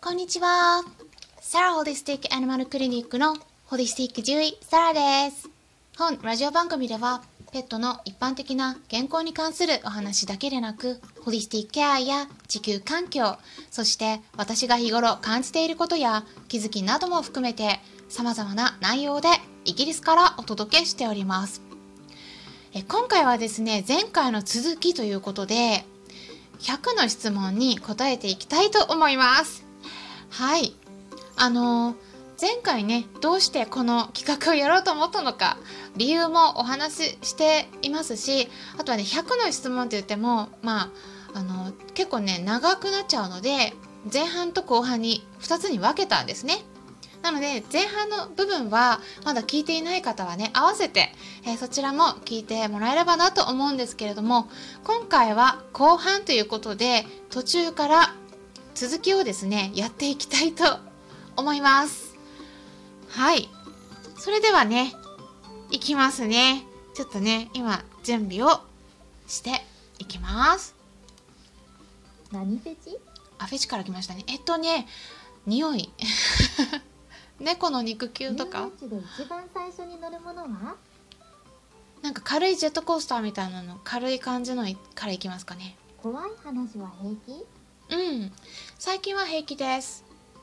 こんにちは。サラホリスティックアニマルクリニックのホリスティック獣医サラです。本ラジオ番組ではペットの一般的な健康に関するお話だけでなく、ホリスティックケアや地球環境、そして私が日頃感じていることや気づきなども含めて様々な内容でイギリスからお届けしております。今回はですね、前回の続きということで100の質問に答えていきたいと思います。はい。前回ね、どうしてこの企画をやろうと思ったのか、理由もお話ししていますし、あとはね、100の質問って言っても、結構ね、長くなっちゃうので、前半と後半に2つに分けたんですね。なので、前半の部分は、まだ聞いていない方はね、合わせて、そちらも聞いてもらえればなと思うんですけれども、今回は後半ということで、途中から続きをですね、やっていきたいと思います。はい。それではね、いきますね。ちょっとね、今、準備をしていきます。 何フェチ？ フェチから来ましたね。匂い。猫の肉球とか。 遊園地で一番最初に乗るものは？ なんか軽いジェットコースターみたいなの、軽い感じのからいきますかね。 怖い話は平気？ 最近は平気です。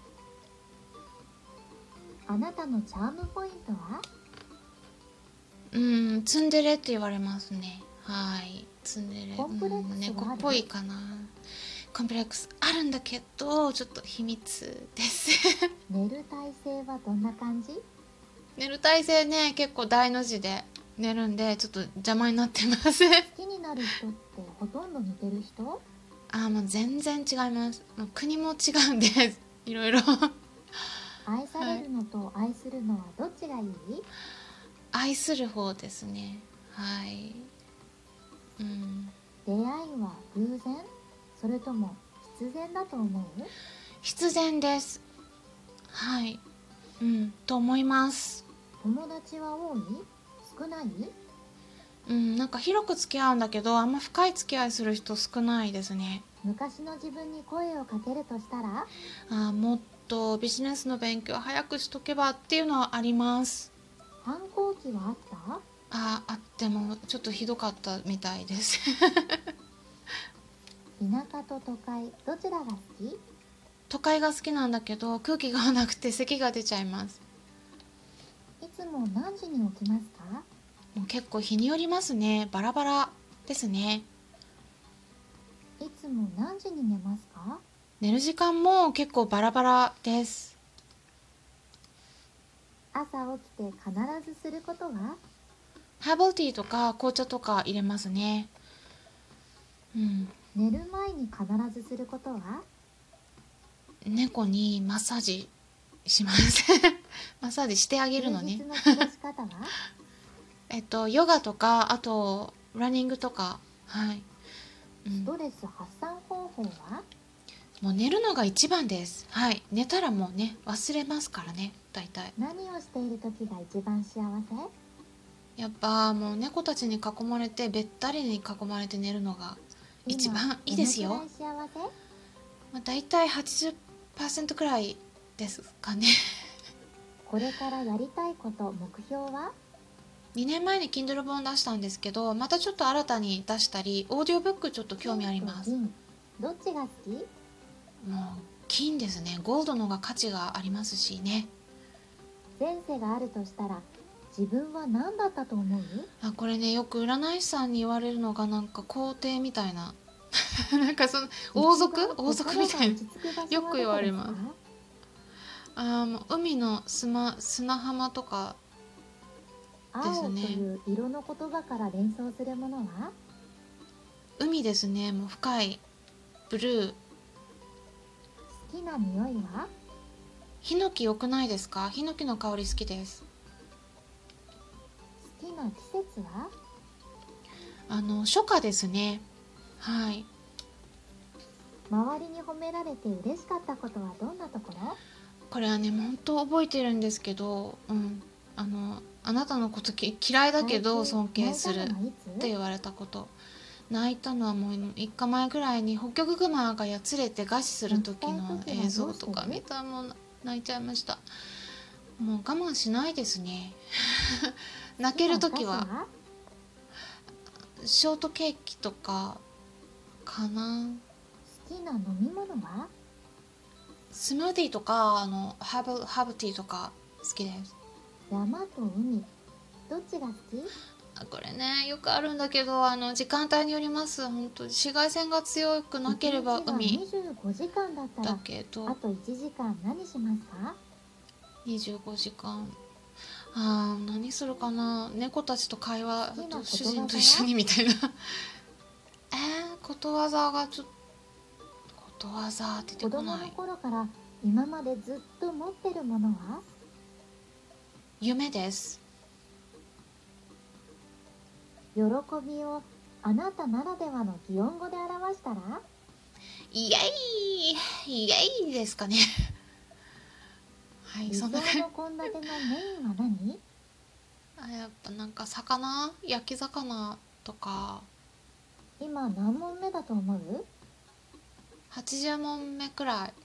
あなたのチャームポイントは？ ツンデレって言われますね。はい。ツンデレ。 コンプレックスはある？ 猫っぽいかな。コンプレックスあるんだけど、ちょっと秘密です。 寝る体勢はどんな感じ？ 寝る体勢ね、結構大の字で寝るんで、ちょっと邪魔になってます。 好きになる人ってほとんど似てる人？ もう全然違います。もう国も違うんで、いろいろ。 愛されるのと愛するのはどっちがいい？ 愛する方ですね。はい。 出会いは偶然？それとも必然だと思う？ 必然です。はい。と思います。 友達は多い？少ない？ なんか広く付き合うんだけど、あんま深い付き合いする人少ないですね。 昔の自分に声をかけるとしたら？ もっとビジネスの勉強早くしとけばっていうのはあります。 反抗期はあった？ あってもちょっとひどかったみたいです。 田舎と都会どちらが好き？ 都会が好きなんだけど、空気が合わなくて咳が出ちゃいます。 いつも何時に起きますか？ もう結構日によりますね。バラバラですね。 いつも何時に寝ますか？ 寝る時間も結構バラバラです。 朝起きて必ずすることは？ ハーブルティーとか紅茶とか入れますね。 寝る前に必ずすることは？ 猫にマッサージします。マッサージしてあげるのね。 休日の過ごし方は？ ヨガとか、あとランニングとか。はい。 ストレス発散方法は？ もう寝るのが一番です。はい。寝たらもうね、忘れますからね、大体。 何をしている時が一番幸せ？ やっぱもう猫たちに囲まれて、べったりに囲まれて寝るのが一番いいですよ。 今どのくらい幸せ？ 大体80%くらいですかね。 これからやりたいこと、目標は？ 2年前に Kindle 本出したんですけど、またちょっと新たに出したり、オーディオブックちょっと興味あります。 金と銀どっちが好き？ もう金ですね。ゴールドの方が価値がありますしね。 前世があるとしたら自分は何だったと思う？ これね、よく占い師さんに言われるのが、なんか皇帝みたいな。なんかその王族みたいな。よく言われます。もう海の砂浜とかです青とね。 いう色の言葉から連想するものは？ 海ですね。もう深いブルー。 好きな匂いは？ ヒノキ良くないですか？ヒノキの香り好きです。 好きな季節は？ 初夏ですね。はい。 周りに褒められて嬉しかったことはどんなところ？ これはね、本当覚えてるんですけど、あなたのこと嫌いだけど尊敬するって言われたこと。 泣いたのはもう1日前ぐらいにホッキョクグマがやつれて餓死する時の映像とか見たらもう泣いちゃいました。もう我慢しないですね泣ける時はショートケーキとかかな。 好きな飲み物は？ スムーティーとかハーブティーとか好きです。 山と海、どっちが好き？ これねよくあるんだけど時間帯によります。本当紫外線が強くなければ海 25時間だったらだけど、 あと1時間何しますか 25時間何するかな。猫たちと会話、あと主人と一緒にみたいなことわざがちょっと、ことわざ出て子供のこない。 頃から今までずっと持ってるものは？ 夢です。 喜びをあなたならではの擬音語で表したら？ イエイイエイですかねはい、 理想のそんな感じ。 献立のメインは何？ やっぱなんか魚、焼き魚とか。 今何問目だと思う 80問目くらい。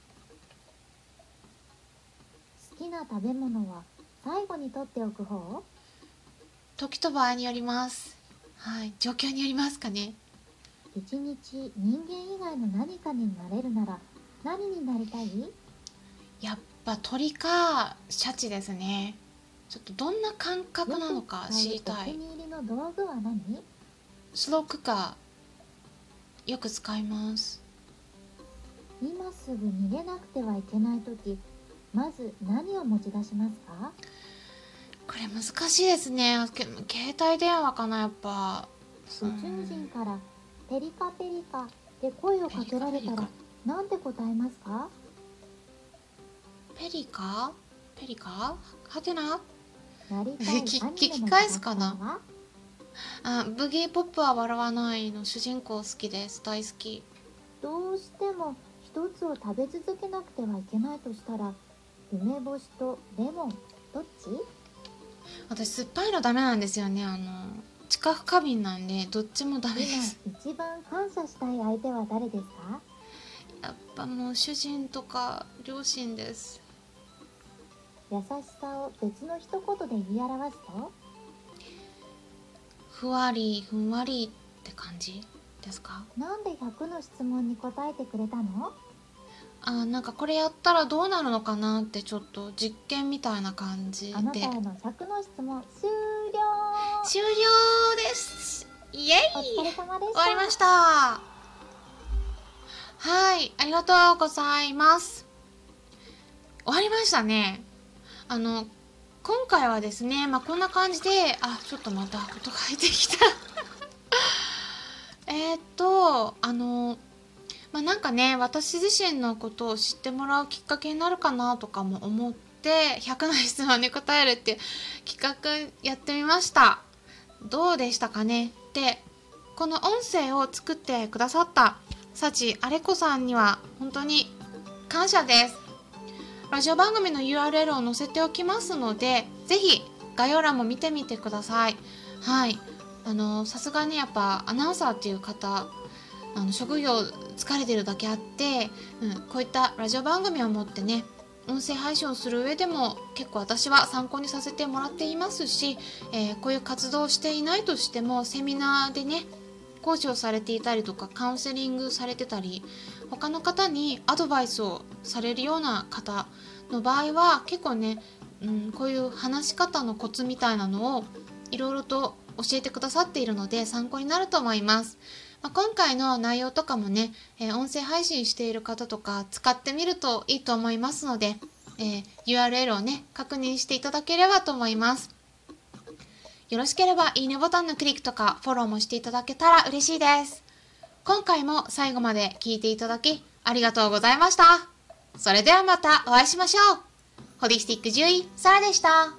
好きな食べ物は最後に取っておく方？ 時と場合によります。はい、状況によりますかね。 一日人間以外の何かになれるなら何になりたい？ やっぱ鳥かシャチですね。ちょっとどんな感覚なのか知りたい。 お気に入りの道具は何？ スロークッカーよく使います。 今すぐ逃げなくてはいけないとき、まず何を持ち出しますか？ これ難しいですね。携帯電話かな、やっぱ。 宇宙人からペリカペリカで声をかけられたらなんて答えますか？ ペリカペリカはてな。 なりたいアニメの聞き返すかな。 は？ ブギーポップは笑わないの主人公好きです。大好き。 どうしても一つを食べ続けなくてはいけないとしたら、梅干しとレモンどっち？ 私酸っぱいのダメなんですよね。知覚過敏なんでどっちもダメです。 今一番感謝したい相手は誰ですか？ やっぱもう主人とか両親です。 優しさを別の一言で言い表すと？ ふわりふんわりって感じですか？ なんで100の質問に答えてくれたの？ なんかこれやったらどうなるのかなってちょっと実験みたいな感じで。 あなたへの100の質問終了。 終了です。イエイ。 お疲れ様でした。 終わりました。はい、ありがとうございます。終わりましたね。今回はですね、こんな感じで、ちょっとまた音が入ってきたなんかね、私自身のことを知ってもらうきっかけになるかなとかも思って、100の質問に答えるっていう企画やってみました。どうでしたかね。で、この音声を作ってくださった幸あれ子さんには本当に感謝です。ラジオ番組の URL を載せておきますので、ぜひ概要欄も見てみてください。はい。さすがにやっぱアナウンサーっていう方、職業疲れてるだけあって、こういったラジオ番組を持ってね、音声配信をする上でも結構私は参考にさせてもらっていますし、こういう活動をしていないとしてもセミナーでね、講師をされていたりとかカウンセリングされてたり、他の方にアドバイスをされるような方の場合は結構ね、こういう話し方のコツみたいなのをいろいろと教えてくださっているので参考になると思います。今回の内容とかもね、音声配信している方とか使ってみるといいと思いますので、URL をね確認していただければと思います。よろしければいいねボタンのクリックとかフォローもしていただけたら嬉しいです。今回も最後まで聞いていただきありがとうございました。それではまたお会いしましょう。ホリスティック獣医サラでした。